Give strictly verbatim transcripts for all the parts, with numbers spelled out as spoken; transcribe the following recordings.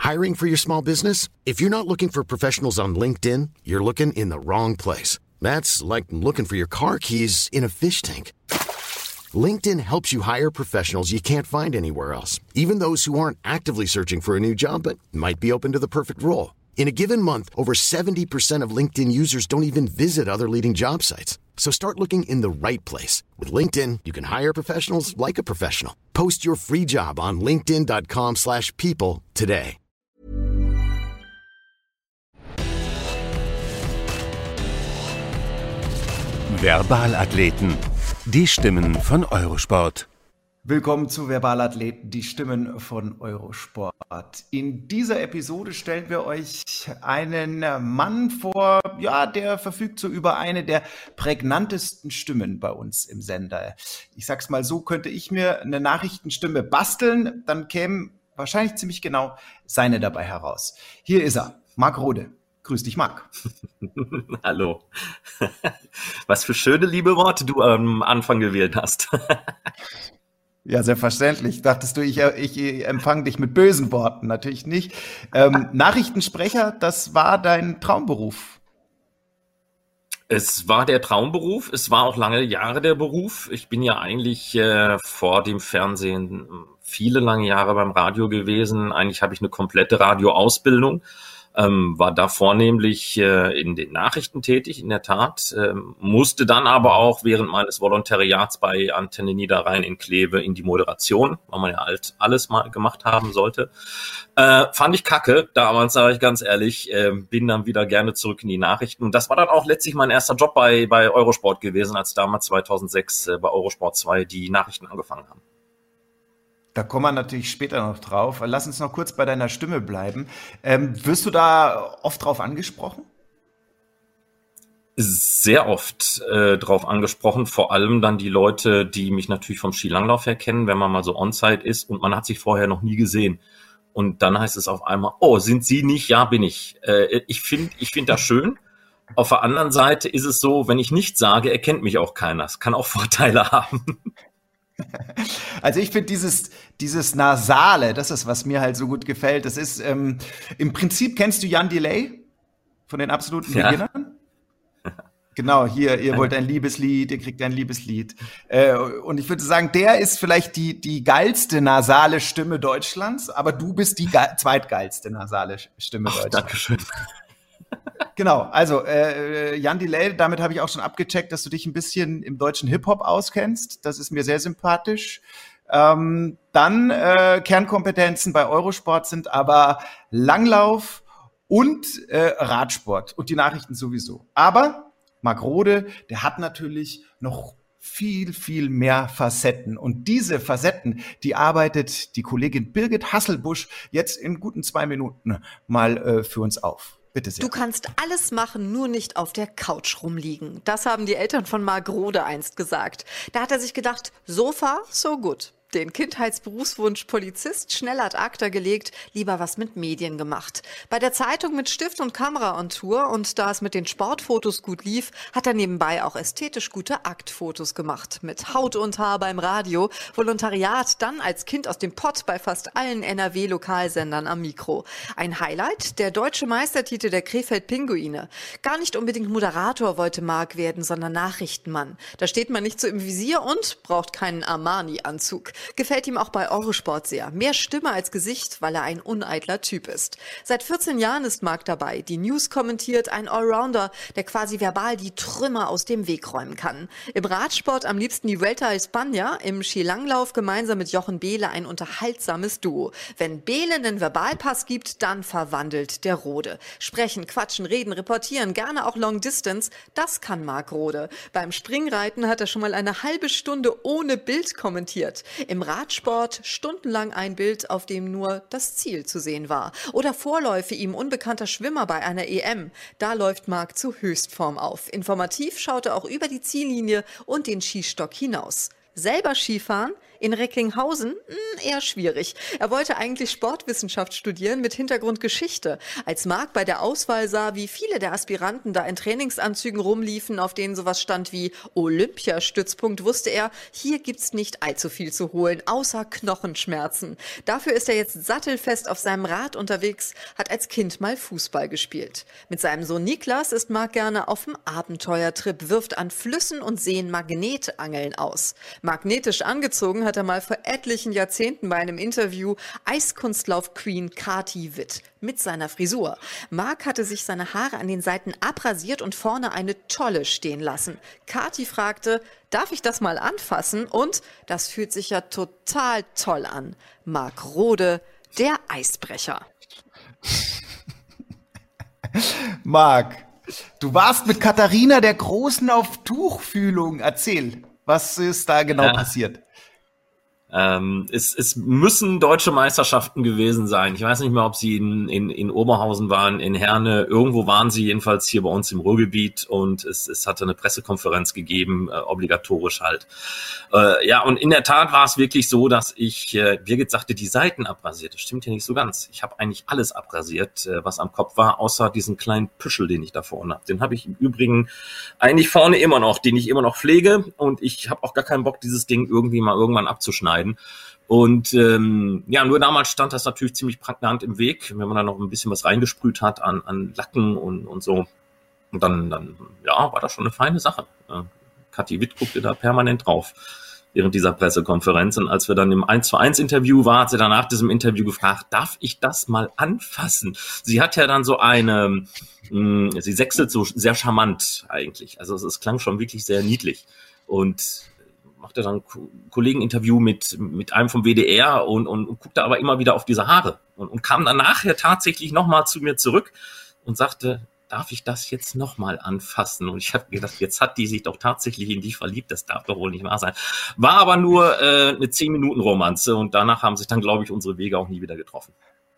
Hiring for your small business? If you're not looking for professionals on LinkedIn, you're looking in the wrong place. That's like looking for your car keys in a fish tank. LinkedIn helps you hire professionals you can't find anywhere else, even those who aren't actively searching for a new job but might be open to the perfect role. In a given month, over seventy percent of LinkedIn users don't even visit other leading job sites. So start looking in the right place. With LinkedIn, you can hire professionals like a professional. Post your free job on linkedin dot com slash people today. Verbalathleten, die Stimmen von Eurosport. Willkommen zu Verbalathleten, die Stimmen von Eurosport. In dieser Episode stellen wir euch einen Mann vor, ja, der verfügt so über eine der prägnantesten Stimmen bei uns im Sender. Ich sag's mal so, könnte ich mir eine Nachrichtenstimme basteln, dann käme wahrscheinlich ziemlich genau seine dabei heraus. Hier ist er, Marc Rode. Grüß dich, Marc. Hallo. Was für schöne, liebe Worte du am Anfang gewählt hast. Ja, selbstverständlich. Dachtest du, ich, ich empfange dich mit bösen Worten? Natürlich nicht. Ähm, Nachrichtensprecher, das war dein Traumberuf. Es war der Traumberuf. Es war auch lange Jahre der Beruf. Ich bin ja eigentlich äh, vor dem Fernsehen viele lange Jahre beim Radio gewesen. Eigentlich habe ich eine komplette Radioausbildung. Ähm, war da vornehmlich äh, in den Nachrichten tätig, in der Tat, ähm, musste dann aber auch während meines Volontariats bei Antenne Niederrhein in Kleve in die Moderation, weil man ja alt alles mal gemacht haben sollte. Äh, fand ich kacke, damals sage ich ganz ehrlich, äh, bin dann wieder gerne zurück in die Nachrichten. Und das war dann auch letztlich mein erster Job bei bei Eurosport gewesen, als damals zweitausendsechs äh, bei Eurosport zwei die Nachrichten angefangen haben. Da kommen wir natürlich später noch drauf. Lass uns noch kurz bei deiner Stimme bleiben. Ähm, wirst du da oft drauf angesprochen? Sehr oft äh, drauf angesprochen, vor allem dann die Leute, die mich natürlich vom Skilanglauf her kennen, wenn man mal so on-site ist und man hat sich vorher noch nie gesehen. Und dann heißt es auf einmal, oh, sind Sie nicht? Ja, bin ich. Äh, ich finde ich finde das schön. Auf der anderen Seite ist es so, wenn ich nichts sage, erkennt mich auch keiner. Das kann auch Vorteile haben. Also ich finde dieses, dieses Nasale, das ist, was mir halt so gut gefällt. Das ist, ähm, im Prinzip kennst du Jan Delay von den absoluten Ja. Beginnern? Genau, hier, ihr wollt ein Liebeslied, ihr kriegt ein Liebeslied. Äh, und ich würde sagen, der ist vielleicht die, die geilste nasale Stimme Deutschlands, aber du bist die ge- zweitgeilste nasale Stimme Ach, Deutschlands. Dankeschön. Genau, also äh, Jan Delay, damit habe ich auch schon abgecheckt, dass du dich ein bisschen im deutschen Hip-Hop auskennst. Das ist mir sehr sympathisch. Ähm, dann äh, Kernkompetenzen bei Eurosport sind aber Langlauf und äh, Radsport und die Nachrichten sowieso. Aber Marc Rode, der hat natürlich noch viel, viel mehr Facetten. Und diese Facetten, die arbeitet die Kollegin Birgit Hasselbusch jetzt in guten zwei Minuten mal äh, für uns auf. Bitte sehr. Du kannst alles machen, nur nicht auf der Couch rumliegen. Das haben die Eltern von Marc Rode einst gesagt. Da hat er sich gedacht, so far, so good. Den Kindheitsberufswunsch Polizist schnell ad acta gelegt, lieber was mit Medien gemacht. Bei der Zeitung mit Stift und Kamera on Tour und da es mit den Sportfotos gut lief, hat er nebenbei auch ästhetisch gute Aktfotos gemacht. Mit Haut und Haar beim Radio, Volontariat, dann als Kind aus dem Pott bei fast allen N R W-Lokalsendern am Mikro. Ein Highlight, der deutsche Meistertitel der Krefeld-Pinguine. Gar nicht unbedingt Moderator wollte Marc werden, sondern Nachrichtenmann. Da steht man nicht so im Visier und braucht keinen Armani-Anzug. Gefällt ihm auch bei Eurosport sehr. Mehr Stimme als Gesicht, weil er ein uneitler Typ ist. Seit vierzehn Jahren ist Marc dabei, die News kommentiert, ein Allrounder, der quasi verbal die Trümmer aus dem Weg räumen kann. Im Radsport am liebsten die Vuelta a España, im Skilanglauf gemeinsam mit Jochen Behle ein unterhaltsames Duo. Wenn Behle einen Verbalpass gibt, dann verwandelt der Rode. Sprechen, quatschen, reden, reportieren, gerne auch Long Distance, das kann Marc Rode. Beim Springreiten hat er schon mal eine halbe Stunde ohne Bild kommentiert. Im Radsport stundenlang ein Bild, auf dem nur das Ziel zu sehen war. Oder Vorläufe ihm unbekannter Schwimmer bei einer E M. Da läuft Marc zu Höchstform auf. Informativ schaut er auch über die Ziellinie und den Skistock hinaus. Selber Skifahren? In Recklinghausen mh, eher schwierig. Er wollte eigentlich Sportwissenschaft studieren mit Hintergrund Geschichte. Als Marc bei der Auswahl sah, wie viele der Aspiranten da in Trainingsanzügen rumliefen, auf denen sowas stand wie Olympiastützpunkt, wusste er, hier gibt's nicht allzu viel zu holen, außer Knochenschmerzen. Dafür ist er jetzt sattelfest auf seinem Rad unterwegs, hat als Kind mal Fußball gespielt. Mit seinem Sohn Niklas ist Marc gerne auf dem Abenteuertrip, wirft an Flüssen und Seen Magnetangeln aus. Magnetisch angezogen hat er mal vor etlichen Jahrzehnten bei einem Interview Eiskunstlauf-Queen Kati Witt mit seiner Frisur. Marc hatte sich seine Haare an den Seiten abrasiert und vorne eine Tolle stehen lassen. Kati fragte, darf ich das mal anfassen? Und das fühlt sich ja total toll an. Marc Rode, der Eisbrecher. Marc, du warst mit Katharina der Großen auf Tuchfühlung. Erzähl, was ist da genau ja. passiert? Ähm, es, es müssen deutsche Meisterschaften gewesen sein. Ich weiß nicht mehr, ob sie in, in, in Oberhausen waren, in Herne. Irgendwo waren sie jedenfalls hier bei uns im Ruhrgebiet und es, es hatte eine Pressekonferenz gegeben, äh, obligatorisch halt. Äh, ja, und in der Tat war es wirklich so, dass ich, äh, Birgit sagte, die Seiten abrasiert. Das stimmt ja nicht so ganz. Ich habe eigentlich alles abrasiert, äh, was am Kopf war, außer diesen kleinen Püschel, den ich da vorne habe. Den habe ich im Übrigen eigentlich vorne immer noch, den ich immer noch pflege und ich habe auch gar keinen Bock, dieses Ding irgendwie mal irgendwann abzuschneiden. Und ähm, ja, nur damals stand das natürlich ziemlich prägnant im Weg, wenn man da noch ein bisschen was reingesprüht hat an, an Lacken und, und so. Und dann, dann, ja, war das schon eine feine Sache. Äh, Kati Witt guckte da permanent drauf während dieser Pressekonferenz. Und als wir dann im eins zu eins Interview waren, hat sie dann nach diesem Interview gefragt, darf ich das mal anfassen? Sie hat ja dann so eine, mh, sie sechselt so sehr charmant eigentlich. Also es, es klang schon wirklich sehr niedlich. Und machte dann ein Kollegeninterview mit mit einem vom W D R und, und, und guckte aber immer wieder auf diese Haare und, und kam dann nachher tatsächlich nochmal zu mir zurück und sagte, darf ich das jetzt nochmal anfassen? Und ich habe gedacht, jetzt hat die sich doch tatsächlich in dich verliebt, das darf doch wohl nicht wahr sein. War aber nur äh, eine zehn Minuten Romanze und danach haben sich dann, glaube ich, unsere Wege auch nie wieder getroffen.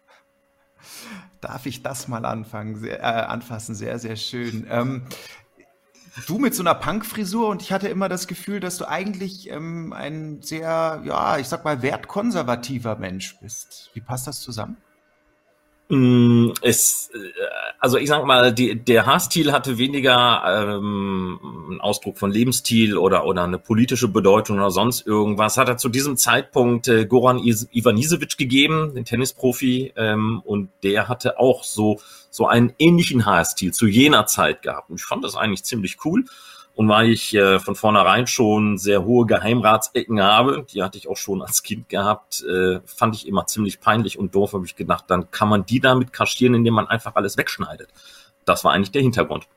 Darf ich das mal anfangen? Sehr, äh, anfassen? Sehr, sehr schön. Ähm, Du mit so einer Punk-Frisur und ich hatte immer das Gefühl, dass du eigentlich ähm, ein sehr, ja, ich sag mal, wertkonservativer Mensch bist. Wie passt das zusammen? Mm, es, also ich sag mal, die, der Haarstil hatte weniger ähm, einen Ausdruck von Lebensstil oder oder eine politische Bedeutung oder sonst irgendwas. Hat er zu diesem Zeitpunkt äh, Goran Ivanisevic gegeben, den Tennisprofi, ähm, und der hatte auch so so einen ähnlichen Haarstil zu jener Zeit gehabt. Und ich fand das eigentlich ziemlich cool. Und weil ich äh, von vornherein schon sehr hohe Geheimratsecken habe, die hatte ich auch schon als Kind gehabt, äh, fand ich immer ziemlich peinlich und doof, habe ich gedacht, dann kann man die damit kaschieren, indem man einfach alles wegschneidet. Das war eigentlich der Hintergrund.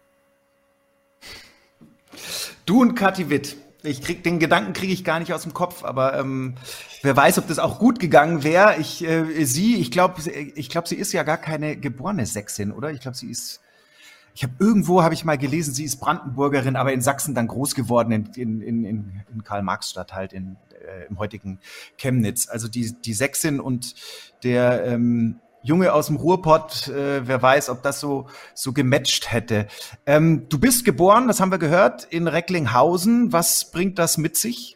Du und Kati Witt. Ich krieg den Gedanken kriege ich gar nicht aus dem Kopf, aber ähm, wer weiß, ob das auch gut gegangen wäre. Ich äh, sie, ich glaube, ich glaube, sie ist ja gar keine geborene Sächsin, oder? Ich glaube, sie ist Ich habe irgendwo, habe ich mal gelesen, sie ist Brandenburgerin, aber in Sachsen dann groß geworden, in, in, in, in Karl-Marx-Stadt halt, in, äh, im heutigen Chemnitz. Also die, die Sächsin und der ähm, Junge aus dem Ruhrpott, äh, wer weiß, ob das so, so gematcht hätte. Ähm, du bist geboren, das haben wir gehört, in Recklinghausen. Was bringt das mit sich?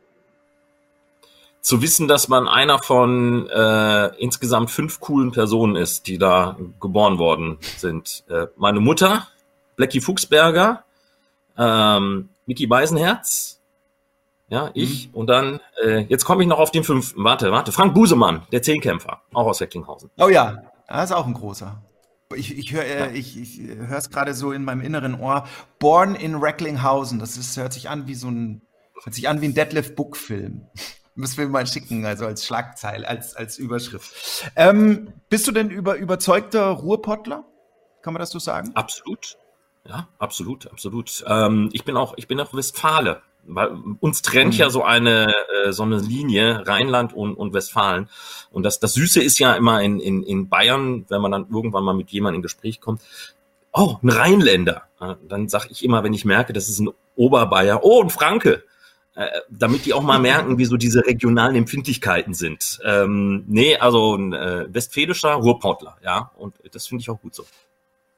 Zu wissen, dass man einer von äh, insgesamt fünf coolen Personen ist, die da geboren worden sind. Äh, meine Mutter, Blackie Fuchsberger, ähm, Micky Beisenherz, ja, ich, mhm. und dann, äh, jetzt komme ich noch auf den fünften, warte, warte, Frank Busemann, der Zehnkämpfer, auch aus Recklinghausen. Oh ja, er ist auch ein großer. Ich, ich höre äh, ich, ich höre es gerade so in meinem inneren Ohr. Born in Recklinghausen, das ist, hört sich an wie so ein, hört sich an wie ein Detlef Buck-Film. Müssen wir mal schicken, also als Schlagzeile, als, als Überschrift. Ähm, bist du denn über, überzeugter Ruhrpottler? Kann man das so sagen? Absolut. Ja, absolut, absolut. Ähm, ich bin auch, ich bin auch Westfale. Weil uns trennt mhm. ja so eine, äh, so eine Linie, Rheinland und, und Westfalen. Und das, das Süße ist ja immer in, in, in Bayern, wenn man dann irgendwann mal mit jemandem in Gespräch kommt. Oh, ein Rheinländer. Äh, dann sag ich immer, wenn ich merke, das ist ein Oberbayer. Oh, ein Franke. Äh, damit die auch mal merken, wie so diese regionalen Empfindlichkeiten sind. Ähm, nee, also ein äh, westfälischer Ruhrpottler, ja, und das finde ich auch gut so.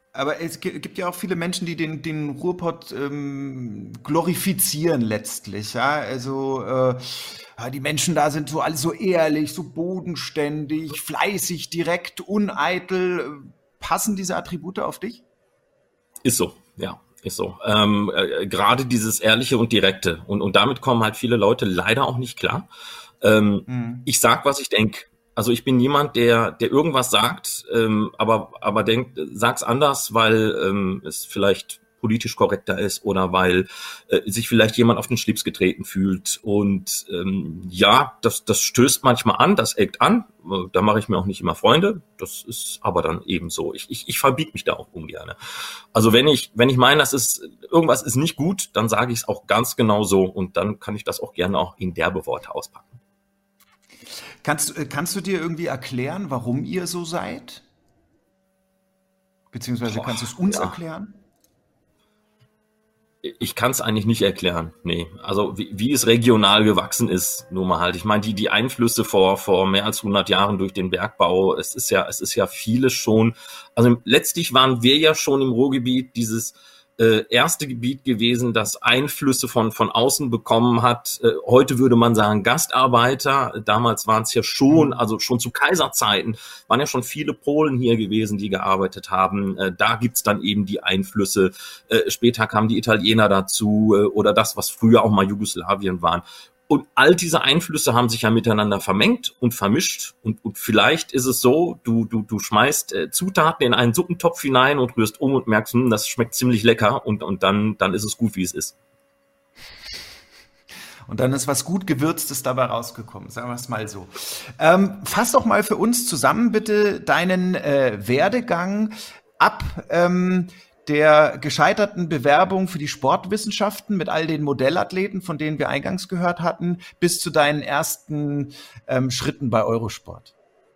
Aber es gi- gibt ja auch viele Menschen, die den, den Ruhrpott ähm, glorifizieren letztlich. Ja? Also äh, ja, die Menschen da sind so alle so ehrlich, so bodenständig, fleißig, direkt, uneitel. Passen diese Attribute auf dich? Ist so, ja, ist so. Ähm, äh, gerade dieses Ehrliche und Direkte. Und, und damit kommen halt viele Leute leider auch nicht klar. Ähm, Mhm. Ich sag, was ich denke. Also ich bin niemand, der, der irgendwas sagt, ähm, aber, aber denkt, sag's anders, weil ähm, es vielleicht politisch korrekter ist oder weil äh, sich vielleicht jemand auf den Schlips getreten fühlt. Und ähm, ja, das, das stößt manchmal an, das eckt an. Äh, Da mache ich mir auch nicht immer Freunde. Das ist aber dann eben so. Ich, ich, ich verbiete mich da auch ungern. Also wenn ich, wenn ich meine, das ist, irgendwas ist nicht gut, dann sage ich es auch ganz genau so und dann kann ich das auch gerne auch in derbe Worte auspacken. Kannst, du- äh, kannst du dir irgendwie erklären, warum ihr so seid? Beziehungsweise Boah, kannst du es uns ja. erklären? Ich kann es eigentlich nicht erklären. Nee. Also wie, wie es regional gewachsen ist, nur mal halt. Ich meine, die, die Einflüsse vor, vor mehr als hundert Jahren durch den Bergbau, es ist ja, es ist ja vieles schon. Also letztlich waren wir ja schon im Ruhrgebiet dieses äh, erste Gebiet gewesen, das Einflüsse von, von außen bekommen hat. Äh, heute würde man sagen Gastarbeiter. Damals waren es ja schon, also schon zu Kaiserzeiten, waren ja schon viele Polen hier gewesen, die gearbeitet haben. Äh, da gibt's dann eben die Einflüsse. Äh, später kamen die Italiener dazu äh, oder das, was früher auch mal Jugoslawien waren. Und all diese Einflüsse haben sich ja miteinander vermengt und vermischt. Und, und vielleicht ist es so, du, du, du schmeißt äh, Zutaten in einen Suppentopf hinein und rührst um und merkst, hm, das schmeckt ziemlich lecker. Und, und dann, dann ist es gut, wie es ist. Und dann ist was gut Gewürztes dabei rausgekommen, sagen wir es mal so. Ähm, fass doch mal für uns zusammen bitte deinen äh, Werdegang ab ähm, der gescheiterten Bewerbung für die Sportwissenschaften mit all den Modellathleten, von denen wir eingangs gehört hatten, bis zu deinen ersten ähm, Schritten bei Eurosport.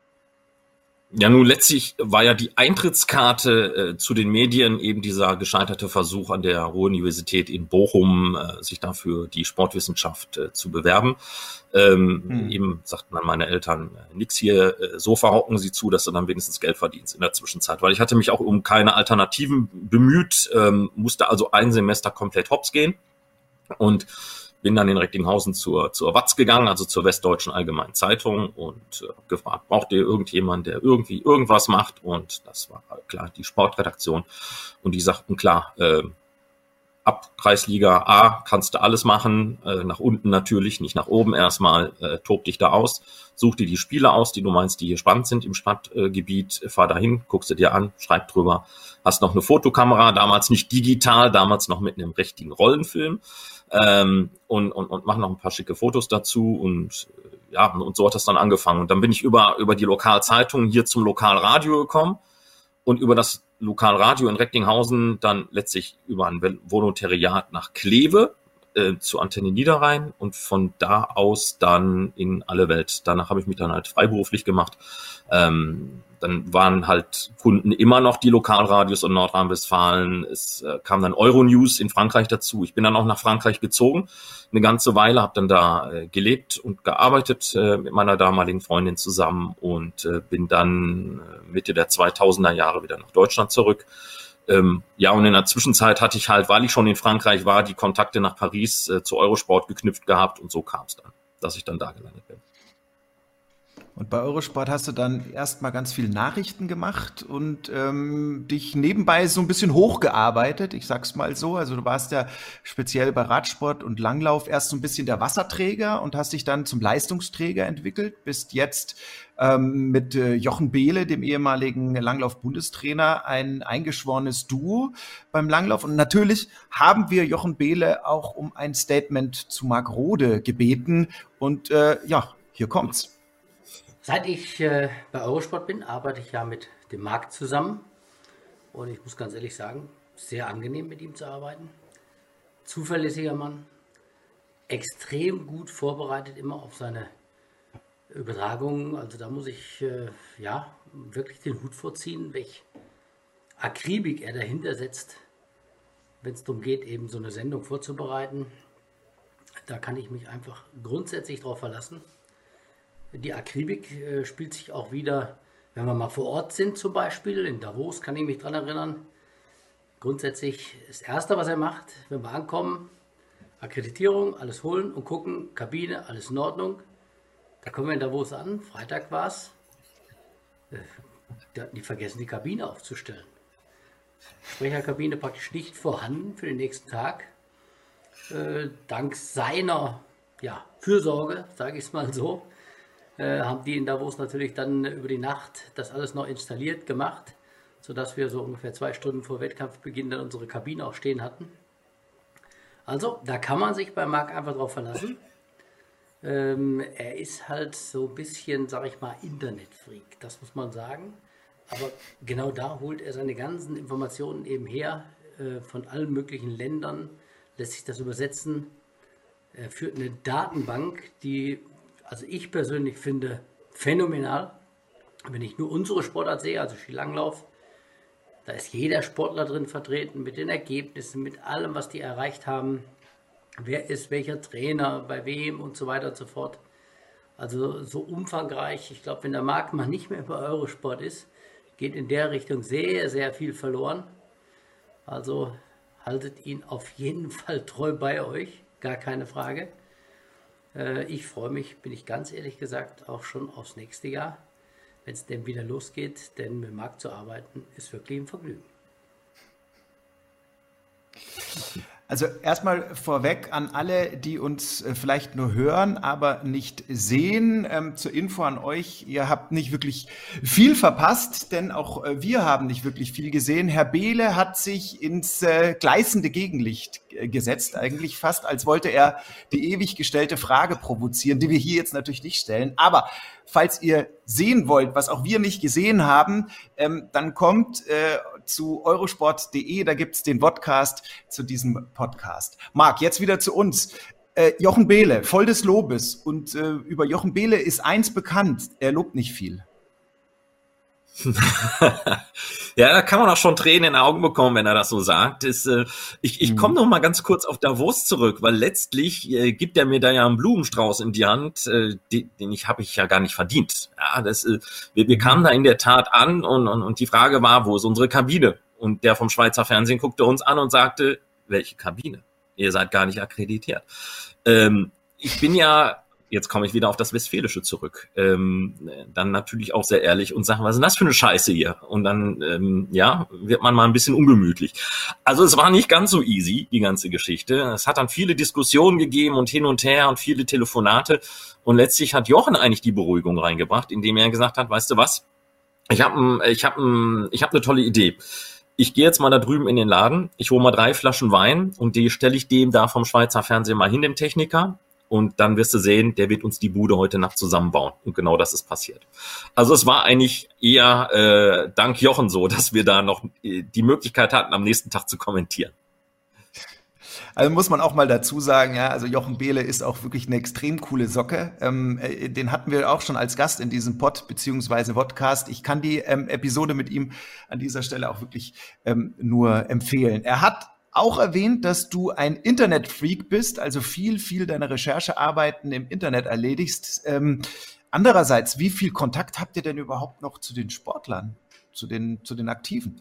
Ja, nun letztlich war ja die Eintrittskarte äh, zu den Medien eben dieser gescheiterte Versuch an der Ruhr-Universität in Bochum, äh, sich dafür die Sportwissenschaft äh, zu bewerben. Ähm, hm. Eben sagten dann meine Eltern, äh, nix hier, äh, Sofa hocken Sie zu, dass du dann wenigstens Geld verdienst in der Zwischenzeit. Weil ich hatte mich auch um keine Alternativen bemüht, ähm, musste also ein Semester komplett hops gehen und bin dann in Recklinghausen zur, zur W A Z gegangen, also zur Westdeutschen Allgemeinen Zeitung und äh, gefragt, braucht ihr irgendjemand, der irgendwie irgendwas macht? Und das war klar die Sportredaktion. Und die sagten, klar, äh, ab Kreisliga A kannst du alles machen, äh, nach unten natürlich, nicht nach oben erstmal, äh, tob dich da aus, such dir die Spiele aus, die du meinst, die hier spannend sind im Stadtgebiet, äh, fahr dahin, guckst du dir an, schreib drüber, hast noch eine Fotokamera, damals nicht digital, damals noch mit einem richtigen Rollenfilm. Ähm, und, und, und machen noch ein paar schicke Fotos dazu und äh, ja, und so hat das dann angefangen. Und dann bin ich über, über die Lokalzeitung hier zum Lokalradio gekommen und über das Lokalradio in Recklinghausen dann letztlich über ein Volontariat nach Kleve äh, zur Antenne Niederrhein und von da aus dann in alle Welt. Danach habe ich mich dann halt freiberuflich gemacht. Ähm, Dann waren halt Kunden immer noch die Lokalradios in Nordrhein-Westfalen. Es äh, kam dann Euronews in Frankreich dazu. Ich bin dann auch nach Frankreich gezogen, eine ganze Weile, habe dann da äh, gelebt und gearbeitet äh, mit meiner damaligen Freundin zusammen und äh, bin dann äh, Mitte der zweitausender Jahre wieder nach Deutschland zurück. Ähm, ja, und in der Zwischenzeit hatte ich halt, weil ich schon in Frankreich war, die Kontakte nach Paris äh, zu Eurosport geknüpft gehabt und so kam es dann, dass ich dann da gelandet bin. Und bei Eurosport hast du dann erstmal ganz viel Nachrichten gemacht und ähm, dich nebenbei so ein bisschen hochgearbeitet, ich sag's mal so. Also du warst ja speziell bei Radsport und Langlauf erst so ein bisschen der Wasserträger und hast dich dann zum Leistungsträger entwickelt, bist jetzt ähm, mit äh, Jochen Behle, dem ehemaligen Langlauf-Bundestrainer, ein eingeschworenes Duo beim Langlauf. Und natürlich haben wir Jochen Behle auch um ein Statement zu Marc Rode gebeten. Und äh, ja, hier kommt's. Seit ich äh, bei Eurosport bin, arbeite ich ja mit dem Marc zusammen und ich muss ganz ehrlich sagen, sehr angenehm mit ihm zu arbeiten. Zuverlässiger Mann, extrem gut vorbereitet immer auf seine Übertragungen. Also da muss ich äh, ja wirklich den Hut vorziehen, welch Akribik er dahinter setzt, wenn es darum geht, eben so eine Sendung vorzubereiten. Da kann ich mich einfach grundsätzlich drauf verlassen. Die Akribik äh, spielt sich auch wieder, wenn wir mal vor Ort sind, zum Beispiel in Davos, kann ich mich dran erinnern. grundsätzlich das Erste, was er macht, wenn wir ankommen, Akkreditierung, alles holen und gucken, Kabine, alles in Ordnung. Da kommen wir in Davos an, Freitag war es. Die hatten die vergessen, die Kabine aufzustellen. Sprecherkabine praktisch nicht vorhanden für den nächsten Tag. Äh, dank seiner ja, Fürsorge, sage ich es mal so, äh, haben die in Davos natürlich dann über die Nacht das alles noch installiert, gemacht, sodass wir so ungefähr zwei Stunden vor Wettkampfbeginn dann unsere Kabine auch stehen hatten. Also, da kann man sich bei Marc einfach drauf verlassen. Ähm, er ist halt so ein bisschen, sag ich mal, Internetfreak, das muss man sagen. Aber genau da holt er seine ganzen Informationen eben her, äh, von allen möglichen Ländern, lässt sich das übersetzen. Er führt eine Datenbank, die, also ich persönlich finde, phänomenal. Wenn ich nur unsere Sportart sehe, also Skilanglauf, da ist jeder Sportler drin vertreten, mit den Ergebnissen, mit allem, was die erreicht haben. Wer ist welcher Trainer, bei wem und so weiter und so fort. Also so umfangreich. Ich glaube, wenn der Marc mal nicht mehr bei Eurosport ist, geht in der Richtung sehr, sehr viel verloren. Also haltet ihn auf jeden Fall treu bei euch, gar keine Frage. Äh, ich freue mich, bin ich ganz ehrlich gesagt, auch schon aufs nächste Jahr, wenn es denn wieder losgeht, denn mit Marc zu arbeiten ist wirklich ein Vergnügen. Also erstmal vorweg an alle, die uns äh, vielleicht nur hören, aber nicht sehen. Ähm, zur Info an euch, ihr habt nicht wirklich viel verpasst, denn auch äh, wir haben nicht wirklich viel gesehen. Herr Behle hat sich ins äh, gleißende Gegenlicht äh, gesetzt, eigentlich fast, als wollte er die ewig gestellte Frage provozieren, die wir hier jetzt natürlich nicht stellen. Aber falls ihr sehen wollt, was auch wir nicht gesehen haben, ähm, dann kommt äh, zu eurosport punkt de, da gibt's den Podcast zu diesem Podcast. Marc, jetzt wieder zu uns. Äh, Jochen Behle, voll des Lobes. Und äh, über Jochen Behle ist eins bekannt, er lobt nicht viel. Ja, da kann man auch schon Tränen in den Augen bekommen, wenn er das so sagt. Ist, äh, ich ich komme noch mal ganz kurz auf Davos zurück, weil letztlich äh, gibt er mir da ja einen Blumenstrauß in die Hand, äh, den, den ich habe ich ja gar nicht verdient. Ja, das, äh, wir, wir kamen da in der Tat an und, und, und die Frage war, wo ist unsere Kabine? Und der vom Schweizer Fernsehen guckte uns an und sagte, welche Kabine? Ihr seid gar nicht akkreditiert. Ähm, ich bin ja Jetzt komme ich wieder auf das Westfälische zurück. Ähm, dann natürlich auch sehr ehrlich und sagen, was ist denn das für eine Scheiße hier? Und dann, ähm, ja, wird man mal ein bisschen ungemütlich. Also es war nicht ganz so easy, die ganze Geschichte. Es hat dann viele Diskussionen gegeben und hin und her und viele Telefonate. Und letztlich hat Jochen eigentlich die Beruhigung reingebracht, indem er gesagt hat, weißt du was? Ich habe ich hab, ich hab eine tolle Idee. Ich gehe jetzt mal da drüben in den Laden, ich hole mal drei Flaschen Wein und die stelle ich dem da vom Schweizer Fernsehen mal hin, dem Techniker. Und dann wirst du sehen, der wird uns die Bude heute Nacht zusammenbauen. Und genau das ist passiert. Also es war eigentlich eher äh, dank Jochen so, dass wir da noch äh, die Möglichkeit hatten, am nächsten Tag zu kommentieren. Also muss man auch mal dazu sagen, ja, also Jochen Behle ist auch wirklich eine extrem coole Socke. Ähm, äh, den hatten wir auch schon als Gast in diesem Pod beziehungsweise Podcast. Ich kann die ähm, Episode mit ihm an dieser Stelle auch wirklich ähm, nur empfehlen. Er hat auch erwähnt, dass du ein Internetfreak bist, also viel, viel deiner Recherchearbeiten im Internet erledigst. Ähm, andererseits, wie viel Kontakt habt ihr denn überhaupt noch zu den Sportlern, zu den, zu den Aktiven?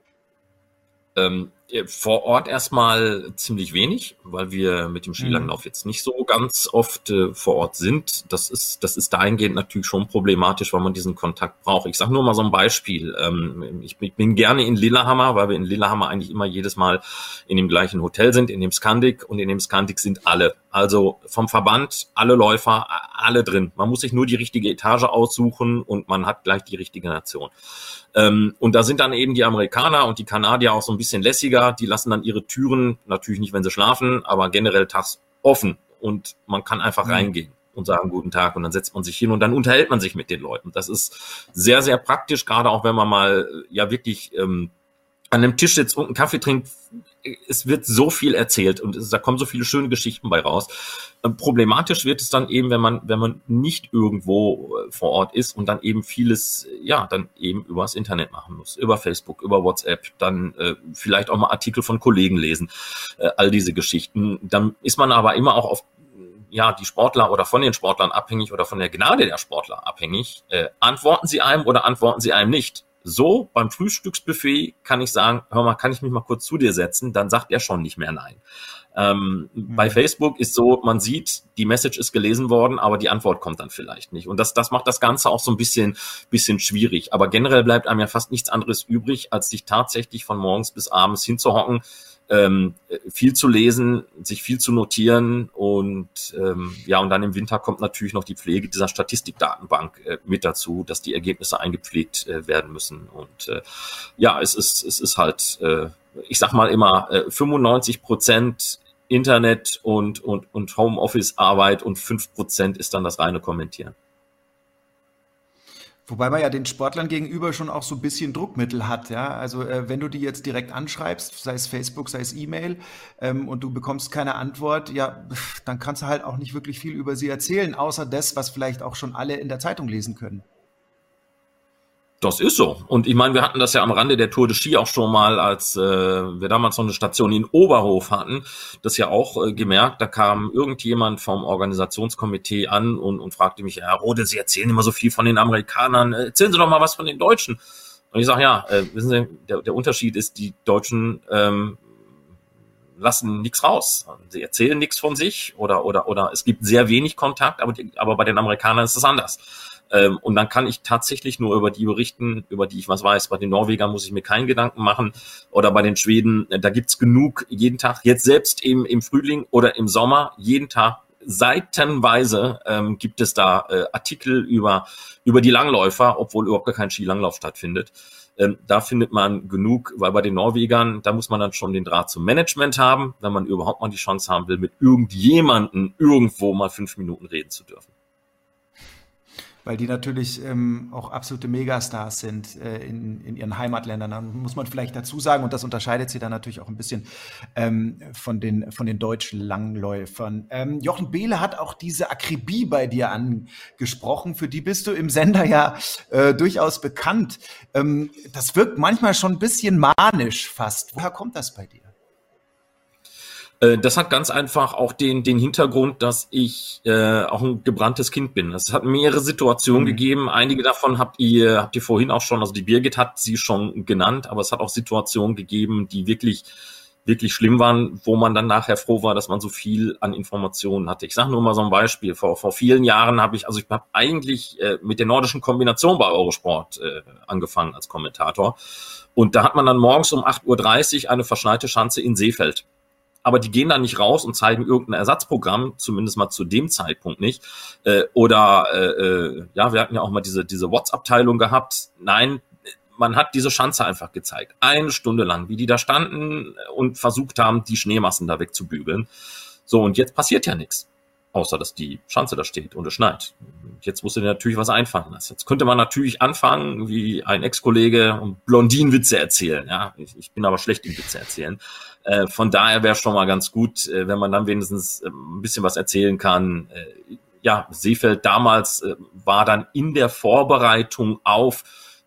Ähm, vor Ort erstmal ziemlich wenig, weil wir mit dem Skilanglauf jetzt nicht so ganz oft äh, vor Ort sind. Das ist, das ist dahingehend natürlich schon problematisch, weil man diesen Kontakt braucht. Ich sage nur mal so ein Beispiel. Ähm, ich, ich bin gerne in Lillehammer, weil wir in Lillehammer eigentlich immer jedes Mal in dem gleichen Hotel sind, in dem Scandic, und in dem Scandic sind alle. Also vom Verband, alle Läufer, alle drin. Man muss sich nur die richtige Etage aussuchen und man hat gleich die richtige Nation. Ähm, und da sind dann eben die Amerikaner und die Kanadier auch so ein bisschen lässiger. Die lassen dann ihre Türen, natürlich nicht, wenn sie schlafen, aber generell tags offen. Und man kann einfach mhm. reingehen und sagen guten Tag, und dann setzt man sich hin und dann unterhält man sich mit den Leuten. Das ist sehr, sehr praktisch, gerade auch wenn man mal ja wirklich ähm, an einem Tisch sitzt und einen Kaffee trinkt. Es wird so viel erzählt und es, da kommen so viele schöne Geschichten bei raus. Ähm, problematisch wird es dann eben, wenn man wenn man nicht irgendwo äh, vor Ort ist und dann eben vieles, ja, dann eben übers Internet machen muss, über Facebook, über WhatsApp, dann äh, vielleicht auch mal Artikel von Kollegen lesen, äh, all diese Geschichten. Dann ist man aber immer auch auf ja die Sportler oder von den Sportlern abhängig oder von der Gnade der Sportler abhängig. Äh, antworten sie einem oder antworten sie einem nicht? So, beim Frühstücksbuffet kann ich sagen, hör mal, kann ich mich mal kurz zu dir setzen? Dann sagt er schon nicht mehr nein. Ähm, mhm. Bei Facebook ist so, man sieht, die Message ist gelesen worden, aber die Antwort kommt dann vielleicht nicht. Und das, das macht das Ganze auch so ein bisschen, bisschen schwierig. Aber generell bleibt einem ja fast nichts anderes übrig, als sich tatsächlich von morgens bis abends hinzuhocken, ähm, viel zu lesen, sich viel zu notieren und ähm, ja, und dann im Winter kommt natürlich noch die Pflege dieser Statistikdatenbank äh, mit dazu, dass die Ergebnisse eingepflegt äh, werden müssen. Und äh, ja, es ist, es ist halt, äh, ich sag mal immer, äh, fünfundneunzig Prozent Internet und, und, und Homeoffice-Arbeit und fünf Prozent ist dann das reine Kommentieren. Wobei man ja den Sportlern gegenüber schon auch so ein bisschen Druckmittel hat, ja. Also äh, wenn du die jetzt direkt anschreibst, sei es Facebook, sei es E-Mail, ähm, und du bekommst keine Antwort, ja, dann kannst du halt auch nicht wirklich viel über sie erzählen, außer das, was vielleicht auch schon alle in der Zeitung lesen können. Das ist so. Und ich meine, wir hatten das ja am Rande der Tour de Ski auch schon mal, als äh, wir damals noch eine Station in Oberhof hatten, das ja auch äh, gemerkt, da kam irgendjemand vom Organisationskomitee an und, und fragte mich, Herr Rode, Sie erzählen immer so viel von den Amerikanern, erzählen Sie doch mal was von den Deutschen. Und ich sage, ja, äh, wissen Sie, der, der Unterschied ist, die Deutschen ähm, lassen nichts raus. Sie erzählen nichts von sich oder oder oder es gibt sehr wenig Kontakt, aber, die, aber bei den Amerikanern ist es anders. Ähm, und dann kann ich tatsächlich nur über die berichten, über die ich was weiß. Bei den Norwegern muss ich mir keinen Gedanken machen. Oder bei den Schweden, da gibt's genug jeden Tag. Jetzt selbst im, im Frühling oder im Sommer, jeden Tag, seitenweise ähm, gibt es da äh, Artikel über über die Langläufer, obwohl überhaupt gar kein Skilanglauf stattfindet. Ähm, da findet man genug, weil bei den Norwegern, da muss man dann schon den Draht zum Management haben, wenn man überhaupt mal die Chance haben will, mit irgendjemanden irgendwo mal fünf Minuten reden zu dürfen. Weil die natürlich ähm, auch absolute Megastars sind äh, in, in ihren Heimatländern. Da muss man vielleicht dazu sagen, und das unterscheidet sie dann natürlich auch ein bisschen ähm, von den, von den deutschen Langläufern. Ähm, Jochen Behle hat auch diese Akribie bei dir angesprochen. Für die bist du im Sender ja äh, durchaus bekannt. Ähm, das wirkt manchmal schon ein bisschen manisch fast. Woher kommt das bei dir? Das hat ganz einfach auch den den Hintergrund, dass ich äh, auch ein gebranntes Kind bin. Es hat mehrere Situationen mhm. gegeben. Einige davon habt ihr habt ihr vorhin auch schon, also die Birgit hat sie schon genannt, aber es hat auch Situationen gegeben, die wirklich wirklich schlimm waren, wo man dann nachher froh war, dass man so viel an Informationen hatte. Ich sage nur mal so ein Beispiel. Vor vor vielen Jahren habe ich, also ich habe eigentlich äh, mit der nordischen Kombination bei Eurosport äh, angefangen als Kommentator. Und da hat man dann morgens um acht Uhr dreißig eine verschneite Schanze in Seefeld. Aber die gehen dann nicht raus und zeigen irgendein Ersatzprogramm, zumindest mal zu dem Zeitpunkt nicht. Äh, oder äh, ja, wir hatten ja auch mal diese diese WhatsApp-Abteilung gehabt. Nein, man hat diese Schanze einfach gezeigt. Eine Stunde lang, wie die da standen und versucht haben, die Schneemassen da wegzubügeln. So, und jetzt passiert ja nichts. Außer, dass die Schanze da steht und es schneit. Jetzt musst du dir natürlich was einfallen lassen. Jetzt könnte man natürlich anfangen, wie ein Ex-Kollege, und Blondinenwitze erzählen. Ja, ich, ich bin aber schlecht im Witze erzählen. Äh, von daher wäre es schon mal ganz gut, äh, wenn man dann wenigstens äh, ein bisschen was erzählen kann. Äh, ja, Seefeld damals äh, war dann in der Vorbereitung auf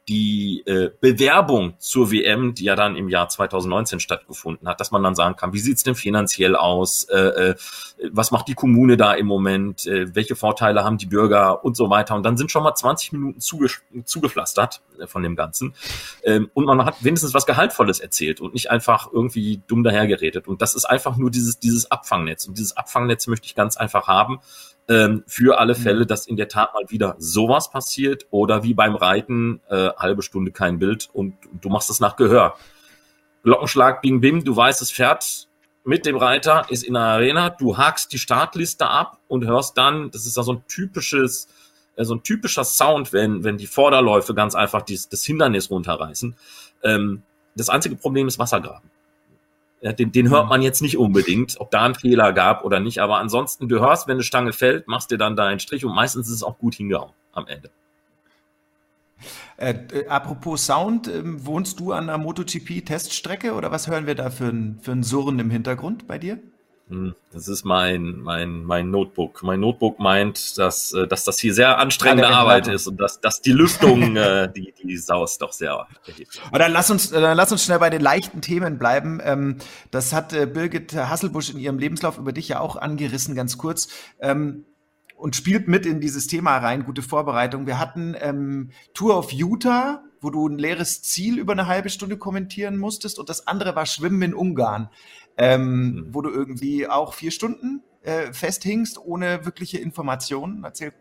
die äh, Bewerbung zur W M, die ja dann im Jahr zwanzig neunzehn stattgefunden hat, dass man dann sagen kann, wie sieht's denn finanziell aus, äh, äh, was macht die Kommune da im Moment, äh, welche Vorteile haben die Bürger und so weiter. Und dann sind schon mal zwanzig Minuten zuge zugepflastert äh, von dem Ganzen. Ähm, und man hat wenigstens was Gehaltvolles erzählt und nicht einfach irgendwie dumm dahergeredet. Und das ist einfach nur dieses, dieses Abfangnetz. Und dieses Abfangnetz möchte ich ganz einfach haben, Ähm, für alle Fälle, dass in der Tat mal wieder sowas passiert oder wie beim Reiten, äh, halbe Stunde kein Bild und, und du machst es nach Gehör. Glockenschlag, bing, bim, du weißt, das Pferd mit dem Reiter ist in der Arena, du hakst die Startliste ab und hörst dann, das ist ja so ein typisches, äh, so ein typischer Sound, wenn, wenn die Vorderläufe ganz einfach dies, das Hindernis runterreißen. Ähm, das einzige Problem ist Wassergraben. Ja, den, den hört man jetzt nicht unbedingt, ob da ein Fehler gab oder nicht, aber ansonsten, du hörst, wenn eine Stange fällt, machst dir dann da einen Strich und meistens ist es auch gut hingehauen am Ende. Äh, äh, apropos Sound, äh, wohnst du an der MotoGP-Teststrecke oder was hören wir da für ein, für ein Surren im Hintergrund bei dir? Das ist mein mein mein Notebook. Mein Notebook meint, dass dass das hier sehr anstrengende Arbeit ist und dass dass die Lüftung äh, die die saust doch sehr erheblich. Aber dann lass uns dann lass uns schnell bei den leichten Themen bleiben. Ähm, das hat äh, Birgit Hasselbusch in ihrem Lebenslauf über dich ja auch angerissen, ganz kurz. Ähm, und spielt mit in dieses Thema rein. Gute Vorbereitung. Wir hatten ähm, Tour of Utah wo du ein leeres Ziel über eine halbe Stunde kommentieren musstest und das andere war Schwimmen in Ungarn, ähm, mhm. wo du irgendwie auch vier Stunden äh, festhingst, ohne wirkliche Informationen. Erzähl.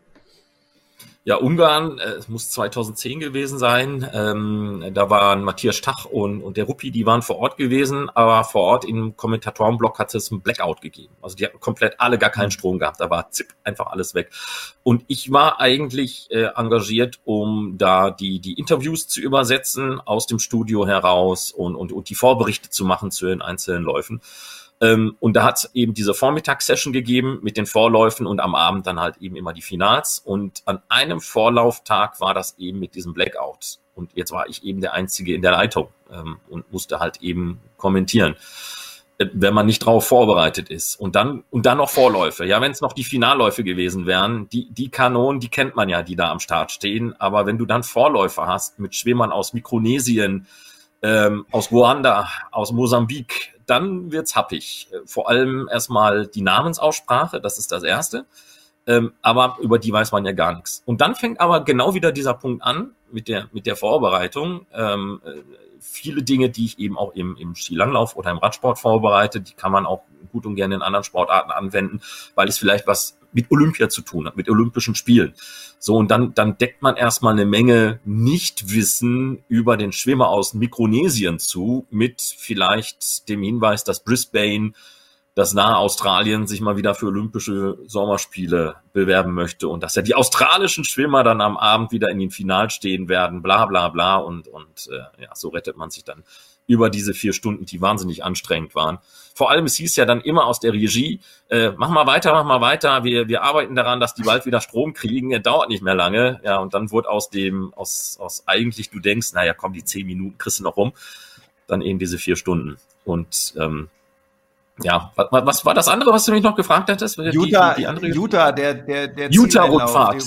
Ja, Ungarn, äh, es muss zweitausendzehn gewesen sein. Ähm, da waren Matthias Stach und, und der Ruppi, die waren vor Ort gewesen, aber vor Ort im Kommentatorenblock hat es einen Blackout gegeben. Also die hatten komplett alle gar keinen Strom gehabt. Da war zipp, einfach alles weg. Und ich war eigentlich äh, engagiert, um da die die Interviews zu übersetzen aus dem Studio heraus und und, und die Vorberichte zu machen zu den einzelnen Läufen. Ähm, und da hat es eben diese Vormittagssession gegeben mit den Vorläufen und am Abend dann halt eben immer die Finals. Und an einem Vorlauftag war das eben mit diesem Blackout. Und jetzt war ich eben der Einzige in der Leitung ähm, und musste halt eben kommentieren, äh, wenn man nicht drauf vorbereitet ist. Und dann und dann noch Vorläufe. Ja, wenn es noch die Finalläufe gewesen wären, die die Kanonen, die kennt man ja, die da am Start stehen. Aber wenn du dann Vorläufe hast mit Schwimmern aus Mikronesien, ähm, aus Ruanda, aus Mosambik, dann wird's happig. Vor allem erstmal die Namensaussprache, das ist das Erste. Ähm, aber über die weiß man ja gar nichts. Und dann fängt aber genau wieder dieser Punkt an mit der mit der Vorbereitung. Ähm, äh, viele Dinge, die ich eben auch im, im Skilanglauf oder im Radsport vorbereite, die kann man auch gut und gerne in anderen Sportarten anwenden, weil es vielleicht was mit Olympia zu tun hat, mit Olympischen Spielen. So, und dann, dann deckt man erstmal eine Menge Nichtwissen über den Schwimmer aus Mikronesien zu, mit vielleicht dem Hinweis, dass Brisbane, das nahe Australien, sich mal wieder für Olympische Sommerspiele bewerben möchte und dass ja die australischen Schwimmer dann am Abend wieder in den Finals stehen werden, bla bla bla. Und, und äh, ja, so rettet man sich dann über diese vier Stunden, die wahnsinnig anstrengend waren. Vor allem, es hieß ja dann immer aus der Regie, äh, mach mal weiter, mach mal weiter, wir wir arbeiten daran, dass die bald wieder Strom kriegen, es dauert nicht mehr lange. Ja, und dann wurde aus dem, aus aus eigentlich, du denkst, naja, komm, die zehn Minuten kriegst du noch rum, dann eben diese vier Stunden. Und ähm, ja, was, was war das andere, was du mich noch gefragt hattest? Die, Utah, die, die andere Utah, der der der Utah-Rundfahrt.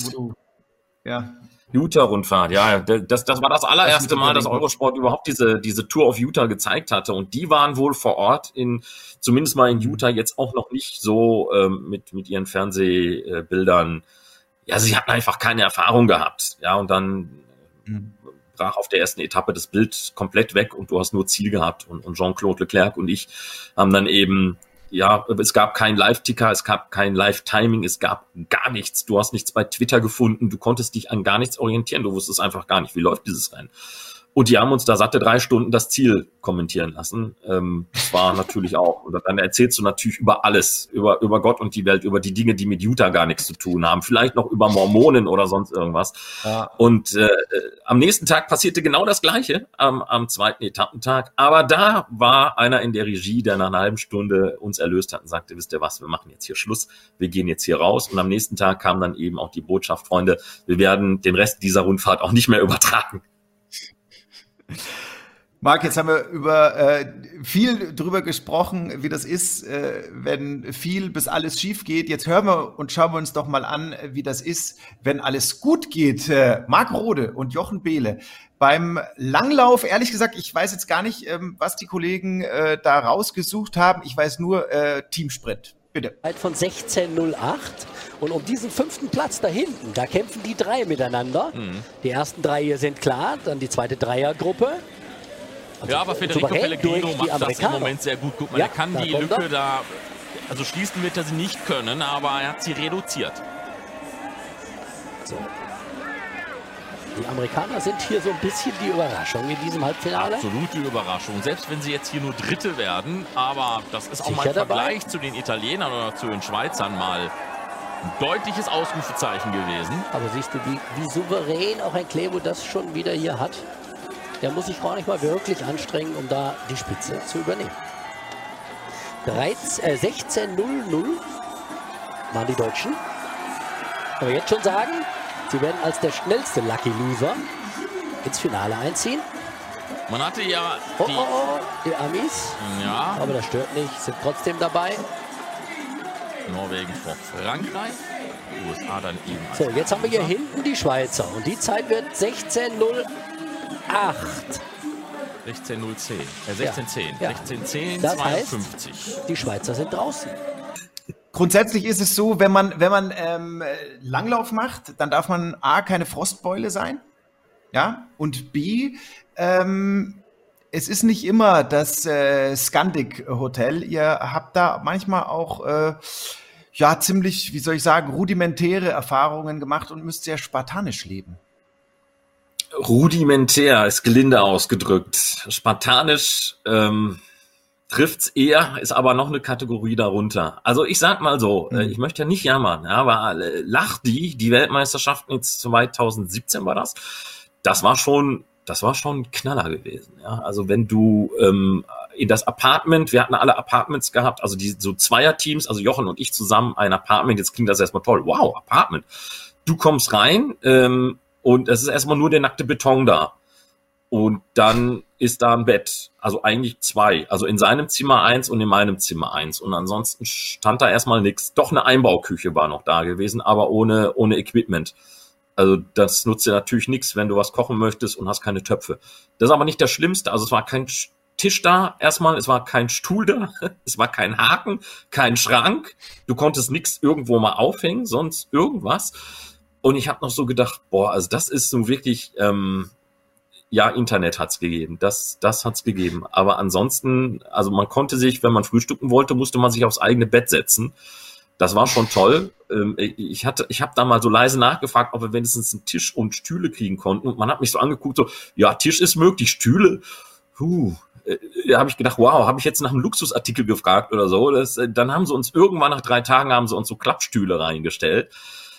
Ja. Utah-Rundfahrt, ja, das, das war das allererste Mal, dass Eurosport überhaupt diese, diese Tour of Utah gezeigt hatte. Und die waren wohl vor Ort in, zumindest mal in Utah, jetzt auch noch nicht so ähm, mit, mit ihren Fernsehbildern. Ja, sie hatten einfach keine Erfahrung gehabt. Ja, und dann mhm. brach auf der ersten Etappe das Bild komplett weg und du hast nur Ziel gehabt. Und, und Jean-Claude Leclerc und ich haben dann eben, ja, es gab kein Live-Ticker, es gab kein Live-Timing, es gab gar nichts. Du hast nichts bei Twitter gefunden, du konntest dich an gar nichts orientieren, du wusstest einfach gar nicht, wie läuft dieses Rennen. Und die haben uns da satte drei Stunden das Ziel kommentieren lassen. Ähm, das war natürlich auch. Und dann erzählst du natürlich über alles, über über Gott und die Welt, über die Dinge, die mit Utah gar nichts zu tun haben. Vielleicht noch über Mormonen oder sonst irgendwas. Ja. Und äh, am nächsten Tag passierte genau das Gleiche, am, am zweiten Etappentag. Aber da war einer in der Regie, der nach einer halben Stunde uns erlöst hat und sagte, wisst ihr was, wir machen jetzt hier Schluss, wir gehen jetzt hier raus. Und am nächsten Tag kam dann eben auch die Botschaft, Freunde, wir werden den Rest dieser Rundfahrt auch nicht mehr übertragen. Marc, jetzt haben wir über äh, viel drüber gesprochen, wie das ist, äh, wenn viel bis alles schief geht. Jetzt hören wir und schauen wir uns doch mal an, wie das ist, wenn alles gut geht. Äh, Marc Rode und Jochen Behle. Beim Langlauf, ehrlich gesagt, ich weiß jetzt gar nicht, ähm, was die Kollegen äh, da rausgesucht haben. Ich weiß nur äh, Teamsprint. Bitte. Von sechzehn null acht. Und um diesen fünften Platz da hinten, da kämpfen die drei miteinander. Mhm. Die ersten drei hier sind klar, dann die zweite Dreiergruppe. Also ja, aber Federico Pellegrino macht das im Moment sehr gut. Guck mal, ja, er kann die Lücke er. da, also schließen wird er sie nicht können, aber er hat sie reduziert. So. Die Amerikaner sind hier so ein bisschen die Überraschung in diesem Halbfinale. Absolut die Überraschung, selbst wenn sie jetzt hier nur Dritte werden. Aber das ist auch Sicher mal im Vergleich dabei? zu den Italienern oder zu den Schweizern mal ein deutliches Ausrufezeichen gewesen. Aber siehst du, wie, wie souverän auch ein Clevo das schon wieder hier hat. Der muss sich gar nicht mal wirklich anstrengen, um da die Spitze zu übernehmen. dreizehn, äh, sechzehn null null waren die Deutschen. Aber jetzt schon sagen, sie werden als der schnellste Lucky Loser ins Finale einziehen. Man hatte ja die, die, oh, oh, oh, die Amis, ja. aber das stört nicht, sind trotzdem dabei. Norwegen vor Frankreich, U S A dann eben. So, jetzt haben wir hier hinten die Schweizer und die Zeit wird sechzehn null acht. sechzehn null zehn, äh sechzehn zehn, ja. sechzehn zehn, das zweiundfünfzig. Heißt, die Schweizer sind draußen. Grundsätzlich ist es so, wenn man, wenn man ähm, Langlauf macht, dann darf man A, keine Frostbeule sein. Ja, und B, ähm, es ist nicht immer das äh, Scandic-Hotel. Ihr habt da manchmal auch äh, ja ziemlich, wie soll ich sagen, rudimentäre Erfahrungen gemacht und müsst sehr spartanisch leben. Rudimentär ist gelinde ausgedrückt. Spartanisch ähm, trifft's eher, ist aber noch eine Kategorie darunter. Also ich sag mal so, mhm. äh, ich möchte ja nicht jammern, ja, aber äh, Lahti, die Weltmeisterschaften jetzt zwanzig siebzehn war das, das war schon, das war schon ein Knaller gewesen. Ja, also wenn du ähm, in das Apartment, wir hatten alle Apartments gehabt, also die so Zweierteams, also Jochen und ich zusammen ein Apartment. Jetzt klingt das erstmal toll. Wow, Apartment. Du kommst rein. Ähm, Und es ist erstmal nur der nackte Beton da. Und dann ist da ein Bett. Also eigentlich zwei. Also in seinem Zimmer eins und in meinem Zimmer eins. Und ansonsten stand da erstmal nichts. Doch eine Einbauküche war noch da gewesen, aber ohne, ohne Equipment. Also das nutzt dir natürlich nichts, wenn du was kochen möchtest und hast keine Töpfe. Das ist aber nicht das Schlimmste. Also es war kein Tisch da erstmal, es war kein Stuhl da, es war kein Haken, kein Schrank. Du konntest nichts irgendwo mal aufhängen, sonst irgendwas. Und ich habe noch so gedacht, boah, also das ist so wirklich, ähm, ja, Internet hat's gegeben, das das hat's gegeben. Aber ansonsten, also man konnte sich, wenn man frühstücken wollte, musste man sich aufs eigene Bett setzen. Das war schon toll. Ähm, ich hatte, ich habe da mal so leise nachgefragt, ob wir wenigstens einen Tisch und Stühle kriegen konnten. Und man hat mich so angeguckt, so, ja, Tisch ist möglich, Stühle, huh. Da habe ich gedacht, wow, habe ich jetzt nach einem Luxusartikel gefragt oder so. Das, dann haben sie uns irgendwann nach drei Tagen haben sie uns so Klappstühle reingestellt,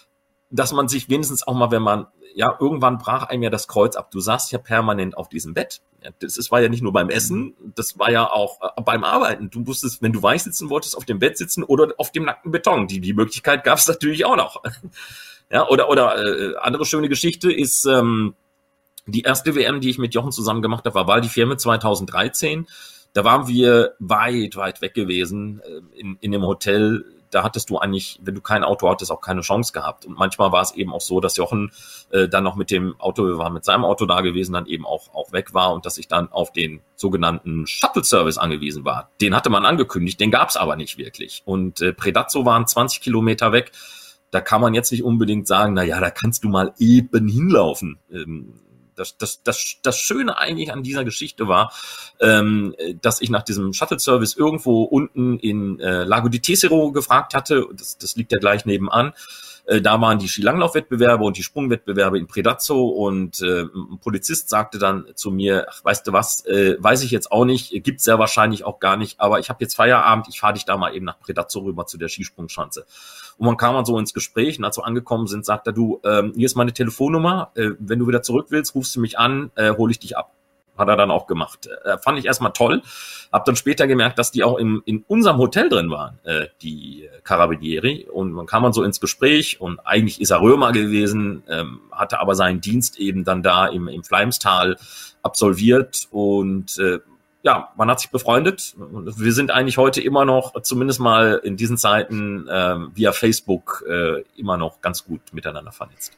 dass man sich wenigstens auch mal, wenn man, ja, irgendwann brach einem ja das Kreuz ab. Du saßt ja permanent auf diesem Bett. Das, das war ja nicht nur beim Essen, das war ja auch äh, beim Arbeiten. Du wusstest, wenn du weich sitzen wolltest, auf dem Bett sitzen oder auf dem nackten Beton. Die, die Möglichkeit gab es natürlich auch noch. Ja, oder, oder äh, andere schöne Geschichte ist, ähm, die erste W M, die ich mit Jochen zusammen gemacht habe, war Val di Fiemme zwanzig dreizehn. Da waren wir weit, weit weg gewesen äh, in, in dem Hotel. Da hattest du eigentlich, wenn du kein Auto hattest, auch keine Chance gehabt. Und manchmal war es eben auch so, dass Jochen äh, dann noch mit dem Auto, wir waren mit seinem Auto da gewesen, dann eben auch, auch weg war und dass ich dann auf den sogenannten Shuttle-Service angewiesen war. Den hatte man angekündigt, den gab es aber nicht wirklich. Und äh, Predazzo waren zwanzig Kilometer weg. Da kann man jetzt nicht unbedingt sagen, na ja, da kannst du mal eben hinlaufen. Ähm, Das, das, das, das Schöne eigentlich an dieser Geschichte war, ähm, dass ich nach diesem Shuttle-Service irgendwo unten in äh, Lago di Tesero gefragt hatte, das, das liegt ja gleich nebenan, äh, da waren die Skilanglaufwettbewerbe und die Sprungwettbewerbe in Predazzo und äh, ein Polizist sagte dann zu mir, ach, weißt du was, äh, weiß ich jetzt auch nicht, gibt's ja wahrscheinlich auch gar nicht, aber ich habe jetzt Feierabend, ich fahre dich da mal eben nach Predazzo rüber zu der Skisprungschanze. Und man kam dann so ins Gespräch und als wir angekommen sind, sagt er, du, ähm, hier ist meine Telefonnummer, äh, wenn du wieder zurück willst, rufst du mich an, äh, hole ich dich ab. Hat er dann auch gemacht. Äh, fand ich erstmal toll. Hab dann später gemerkt, dass die auch im, in unserem Hotel drin waren, äh, die Carabinieri. Und man kam dann so ins Gespräch und eigentlich ist er Römer gewesen, ähm, hatte aber seinen Dienst eben dann da im, im Fleimstal absolviert und äh, ja, man hat sich befreundet. Wir sind eigentlich heute immer noch, zumindest mal in diesen Zeiten, äh, via Facebook äh, immer noch ganz gut miteinander vernetzt.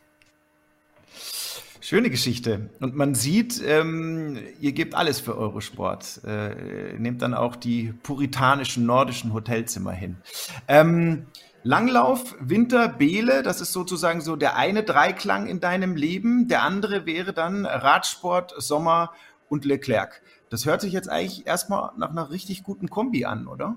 Schöne Geschichte. Und man sieht, ähm, ihr gebt alles für Eurosport. Äh, nehmt dann auch die puritanischen nordischen Hotelzimmer hin. Ähm, Langlauf, Winter, Beele, das ist sozusagen so der eine Dreiklang in deinem Leben. Der andere wäre dann Radsport, Sommer und Leclerc. Das hört sich jetzt eigentlich erstmal nach einer richtig guten Kombi an, oder?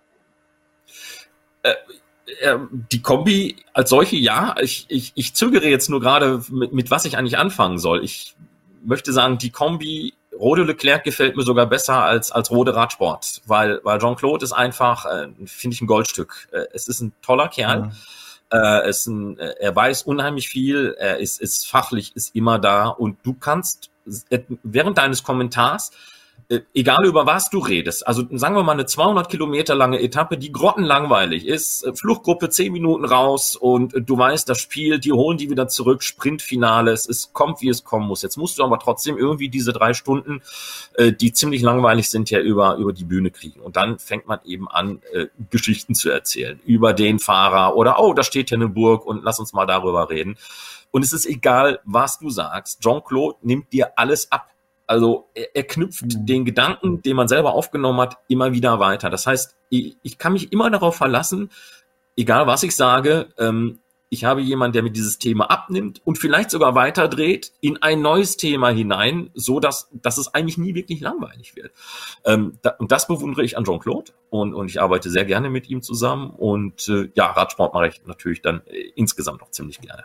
Äh, äh, die Kombi als solche, ja. Ich, ich, ich zögere jetzt nur gerade, mit, mit was ich eigentlich anfangen soll. Ich möchte sagen, die Kombi Rode Leclerc gefällt mir sogar besser als, als Rode Radsport, weil, weil Jean-Claude ist einfach, äh, finde ich, ein Goldstück. Äh, es ist ein toller Kerl. Ja. Äh, es ist ein, äh, er weiß unheimlich viel. Er ist, ist fachlich, ist immer da. Und du kannst äh, während deines Kommentars, egal über was du redest, also sagen wir mal eine zweihundert Kilometer lange Etappe, die grottenlangweilig ist, Fluchtgruppe zehn Minuten raus und du weißt, das Spiel, die holen die wieder zurück, Sprintfinale, es ist, kommt, wie es kommen muss. Jetzt musst du aber trotzdem irgendwie diese drei Stunden, die ziemlich langweilig sind, ja über, über die Bühne kriegen. Und dann fängt man eben an, Geschichten zu erzählen über den Fahrer oder, oh, da steht hier eine Burg und lass uns mal darüber reden. Und es ist egal, was du sagst, Jean-Claude nimmt dir alles ab. Also er, er knüpft mhm. den Gedanken, den man selber aufgenommen hat, immer wieder weiter. Das heißt, ich, ich kann mich immer darauf verlassen, egal was ich sage, ähm, ich habe jemanden, der mir dieses Thema abnimmt und vielleicht sogar weiterdreht in ein neues Thema hinein, so dass, dass es eigentlich nie wirklich langweilig wird. Ähm, da, und das bewundere ich an Jean-Claude und, und ich arbeite sehr gerne mit ihm zusammen und äh, ja, Radsport mache ich natürlich dann äh, insgesamt auch ziemlich gerne.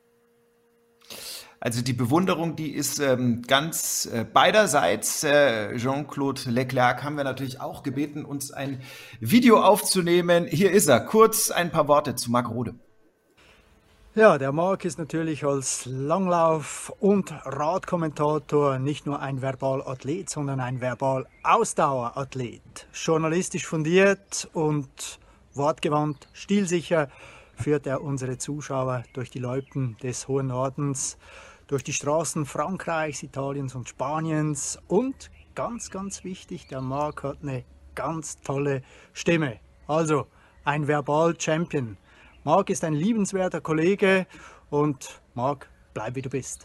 Also die Bewunderung, die ist ähm, ganz äh, beiderseits. Äh, Jean-Claude Leclerc haben wir natürlich auch gebeten, uns ein Video aufzunehmen. Hier ist er. Kurz ein paar Worte zu Marc Rode. Ja, der Marc ist natürlich als Langlauf- und Radkommentator nicht nur ein Verbalathlet, sondern ein Verbal-Ausdauerathlet. Journalistisch fundiert und wortgewandt, stilsicher führt er unsere Zuschauer durch die Loipen des hohen Nordens, durch die Straßen Frankreichs, Italiens und Spaniens und ganz, ganz wichtig, der Marc hat eine ganz tolle Stimme. Also ein Verbal-Champion. Marc ist ein liebenswerter Kollege und Marc, bleib wie du bist.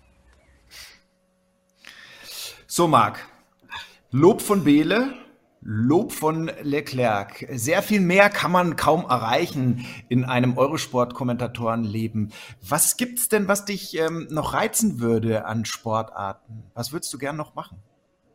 So Marc, Lob von Behle, Lob von Leclerc. Sehr viel mehr kann man kaum erreichen in einem Eurosport-Kommentatorenleben. Was gibt's denn, was dich ähm, noch reizen würde an Sportarten? Was würdest du gern noch machen?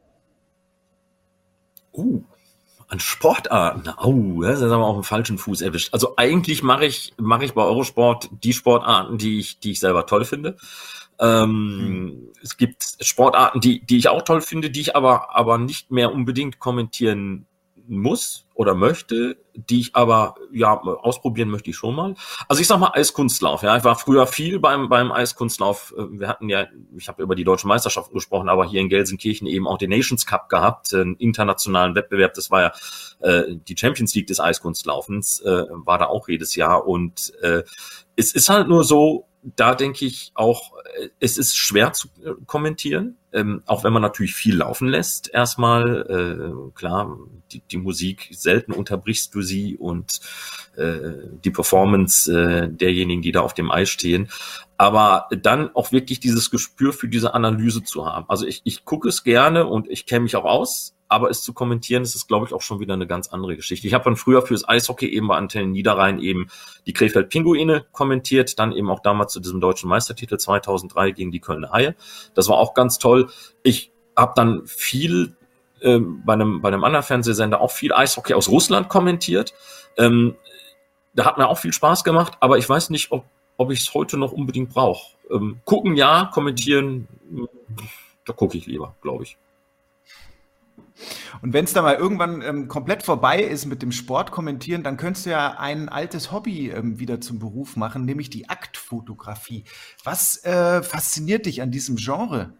Uh. An Sportarten, au, das ist aber auf dem falschen Fuß erwischt. Also eigentlich mache ich mache ich bei Eurosport die Sportarten, die ich die ich selber toll finde. Ähm, hm. Es gibt Sportarten, die die ich auch toll finde, die ich aber aber nicht mehr unbedingt kommentieren muss oder möchte, die ich aber ja ausprobieren möchte ich schon mal. Also ich sag mal Eiskunstlauf. Ja, ich war früher viel beim beim Eiskunstlauf. Wir hatten ja, ich habe über die deutsche Meisterschaft gesprochen, aber hier in Gelsenkirchen eben auch den Nations Cup gehabt, einen internationalen Wettbewerb. Das war ja äh, die Champions League des Eiskunstlaufens, äh, war da auch jedes Jahr. Und äh, es ist halt nur so, da denke ich auch, es ist schwer zu kommentieren, ähm, auch wenn man natürlich viel laufen lässt. Erstmal, äh, klar, die, die Musik, selten unterbrichst du sie und äh, die Performance äh, derjenigen, die da auf dem Eis stehen. Aber dann auch wirklich dieses Gespür für diese Analyse zu haben. Also ich, ich gucke es gerne und ich kenne mich auch aus, aber es zu kommentieren, das ist, glaube ich, auch schon wieder eine ganz andere Geschichte. Ich habe dann früher fürs Eishockey eben bei Antenne Niederrhein eben die Krefeld Pinguine kommentiert, dann eben auch damals zu diesem deutschen Meistertitel zweitausenddrei gegen die Kölner Haie. Das war auch ganz toll. Ich habe dann viel ähm, bei einem bei einem anderen Fernsehsender auch viel Eishockey aus Russland kommentiert. Ähm, da hat mir auch viel Spaß gemacht, aber ich weiß nicht, ob ob ich es heute noch unbedingt brauche. Ähm, gucken ja, kommentieren, da gucke ich lieber, glaube ich. Und wenn es da mal irgendwann ähm, komplett vorbei ist mit dem Sport kommentieren, dann könntest du ja ein altes Hobby ähm, wieder zum Beruf machen, nämlich die Aktfotografie. Was äh, fasziniert dich an diesem Genre?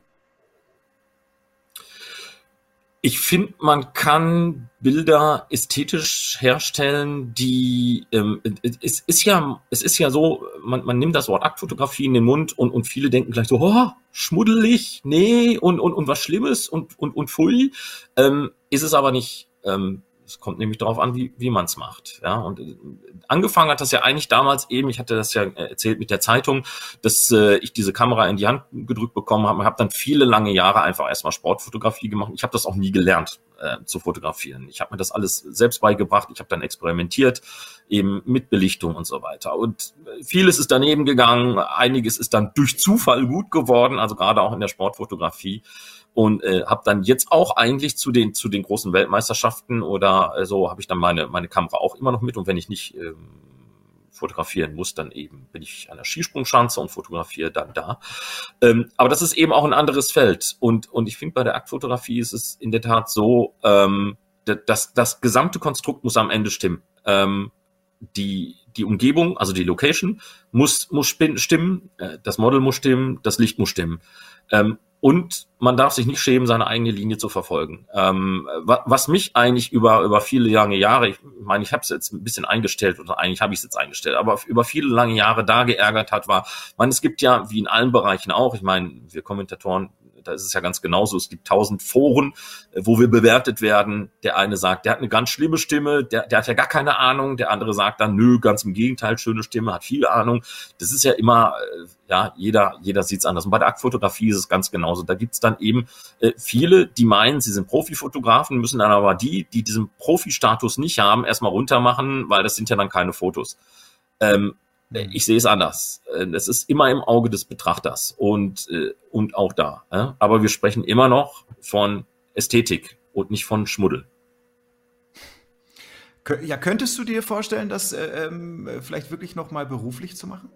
Ich finde, man kann Bilder ästhetisch herstellen, die ähm, es ist ja es ist ja so, man, man nimmt das Wort Aktfotografie in den Mund und und viele denken gleich so, oh, schmuddelig, nee und und und was Schlimmes und und und pfui, ähm, ist es aber nicht. Ähm, Es kommt nämlich darauf an, wie, wie man es macht. Ja, und äh, angefangen hat das ja eigentlich damals eben, ich hatte das ja erzählt mit der Zeitung, dass äh, ich diese Kamera in die Hand gedrückt bekommen habe. Ich habe dann viele lange Jahre einfach erstmal Sportfotografie gemacht. Ich habe das auch nie gelernt äh, zu fotografieren. Ich habe mir das alles selbst beigebracht. Ich habe dann experimentiert, eben mit Belichtung und so weiter. Und vieles ist daneben gegangen. Einiges ist dann durch Zufall gut geworden, also gerade auch in der Sportfotografie. Und äh, habe dann jetzt auch eigentlich zu den zu den großen Weltmeisterschaften oder äh, so habe ich dann meine meine Kamera auch immer noch mit. Und wenn ich nicht ähm, fotografieren muss, dann eben bin ich an der Skisprungschanze und fotografiere dann da. Ähm, aber das ist eben auch ein anderes Feld. Und und ich finde, bei der Aktfotografie ist es in der Tat so, ähm, dass das gesamte Konstrukt muss am Ende stimmen. Ähm, die die Umgebung, also die Location muss muss stimmen, äh, das Model muss stimmen, das Licht muss stimmen. Ähm, Und man darf sich nicht schämen, seine eigene Linie zu verfolgen. Ähm, was mich eigentlich über über viele lange Jahre, ich meine, ich habe es jetzt ein bisschen eingestellt oder eigentlich habe ich es jetzt eingestellt, aber über viele lange Jahre da geärgert hat, war, man, es gibt ja, wie in allen Bereichen auch, ich meine, wir Kommentatoren, da ist es ja ganz genauso, es gibt tausend Foren, wo wir bewertet werden. Der eine sagt, der hat eine ganz schlimme Stimme, der, der hat ja gar keine Ahnung. Der andere sagt dann, nö, ganz im Gegenteil, schöne Stimme, hat viel Ahnung. Das ist ja immer, ja, jeder jeder sieht's anders. Und bei der Aktfotografie ist es ganz genauso. Da gibt's dann eben äh, viele, die meinen, sie sind Profifotografen, müssen dann aber die, die diesen Profi-Status nicht haben, erstmal runtermachen, weil das sind ja dann keine Fotos. Ähm, Ich sehe es anders. Es ist immer im Auge des Betrachters und, und auch da. Aber wir sprechen immer noch von Ästhetik und nicht von Schmuddel. Ja, könntest du dir vorstellen, das ähm, vielleicht wirklich nochmal beruflich zu machen?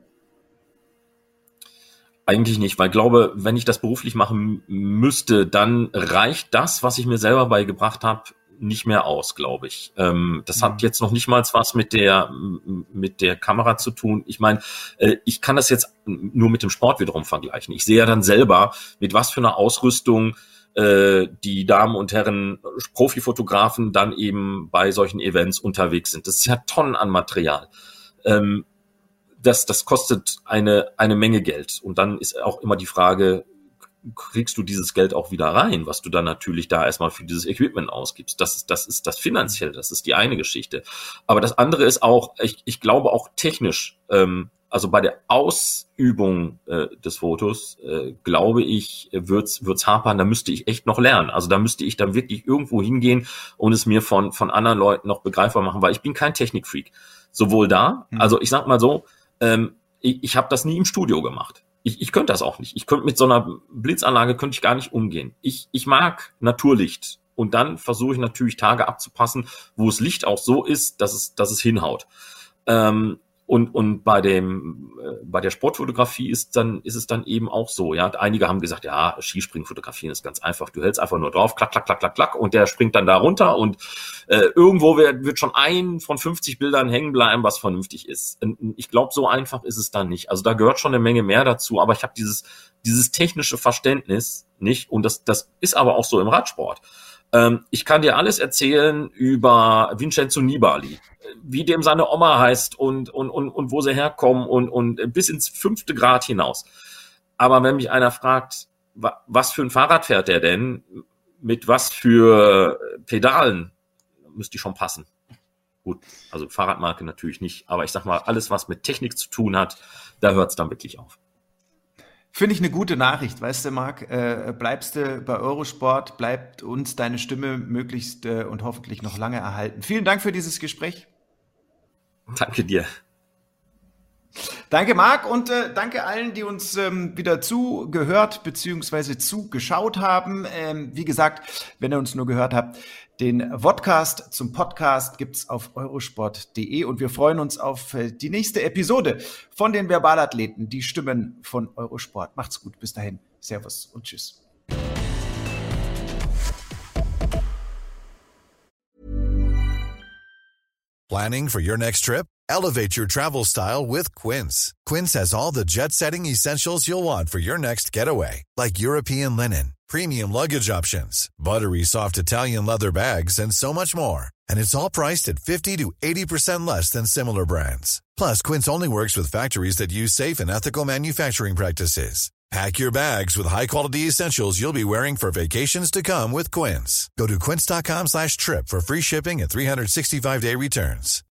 Eigentlich nicht, weil ich glaube, wenn ich das beruflich machen müsste, dann reicht das, was ich mir selber beigebracht habe, nicht mehr aus, glaube ich. Ähm, das mhm. hat jetzt noch nicht mal was mit der mit der Kamera zu tun. Ich meine, äh, ich kann das jetzt nur mit dem Sport wiederum vergleichen. Ich sehe ja dann selber, mit was für einer Ausrüstung äh, die Damen und Herren Profifotografen dann eben bei solchen Events unterwegs sind. Das ist ja Tonnen an Material. Ähm, das, das kostet eine, eine Menge Geld. Und dann ist auch immer die Frage, kriegst du dieses Geld auch wieder rein, was du dann natürlich da erstmal für dieses Equipment ausgibst. Das ist, das ist das Finanzielle, das ist die eine Geschichte. Aber das andere ist auch, ich, ich glaube auch technisch, ähm, also bei der Ausübung äh, des Fotos, äh, glaube ich, wird's wird's hapern, da müsste ich echt noch lernen. Also da müsste ich dann wirklich irgendwo hingehen und es mir von von anderen Leuten noch begreifbar machen, weil ich bin kein Technikfreak. Sowohl da, mhm. also ich sag mal so, ähm, ich, ich habe das nie im Studio gemacht. Ich, ich könnte das auch nicht. Ich könnte mit so einer Blitzanlage könnte ich gar nicht umgehen. Ich, ich mag Naturlicht. Und dann versuche ich natürlich Tage abzupassen, wo das Licht auch so ist, dass es, dass es hinhaut. Ähm, und, und bei dem, äh, bei der Sportfotografie ist dann, ist es dann eben auch so, ja. Einige haben gesagt, ja, Skispringen fotografieren ist ganz einfach. Du hältst einfach nur drauf, klack, klack, klack, klack, klack, und der springt dann da runter und, äh, irgendwo wird, wird schon ein von fünfzig Bildern hängen bleiben, was vernünftig ist. Ich glaube, so einfach ist es dann nicht. Also da gehört schon eine Menge mehr dazu, aber ich habe dieses, dieses technische Verständnis nicht, und das, das ist aber auch so im Radsport. Ähm, ich kann dir alles erzählen über Vincenzo Nibali, wie dem seine Oma heißt und, und, und, und wo sie herkommen und, und bis ins fünfte Grad hinaus. Aber wenn mich einer fragt, was für ein Fahrrad fährt der denn, mit was für Pedalen, müsste ich schon passen. Gut, also Fahrradmarke natürlich nicht, aber ich sag mal, alles, was mit Technik zu tun hat, da hört es dann wirklich auf. Finde ich eine gute Nachricht, weißt du, Marc, äh, bleibst du bei Eurosport, bleibt uns deine Stimme möglichst äh, und hoffentlich noch lange erhalten. Vielen Dank für dieses Gespräch. Danke dir. Danke, Marc, und äh, danke allen, die uns ähm, wieder zugehört bzw. zugeschaut haben. Ähm, wie gesagt, wenn ihr uns nur gehört habt, den Vodcast zum Podcast gibt's auf eurosport punkt de und wir freuen uns auf äh, die nächste Episode von den Verbalathleten, die Stimmen von Eurosport. Macht's gut, bis dahin. Servus und tschüss. Planning for your next trip? Elevate your travel style with Quince. Quince has all the jet-setting essentials you'll want for your next getaway, like European linen, premium luggage options, buttery soft Italian leather bags, and so much more. And it's all priced at fifty to eighty percent less than similar brands. Plus, Quince only works with factories that use safe and ethical manufacturing practices. Pack your bags with high-quality essentials you'll be wearing for vacations to come with Quince. Go to quince.com slash trip for free shipping and three sixty-five day returns.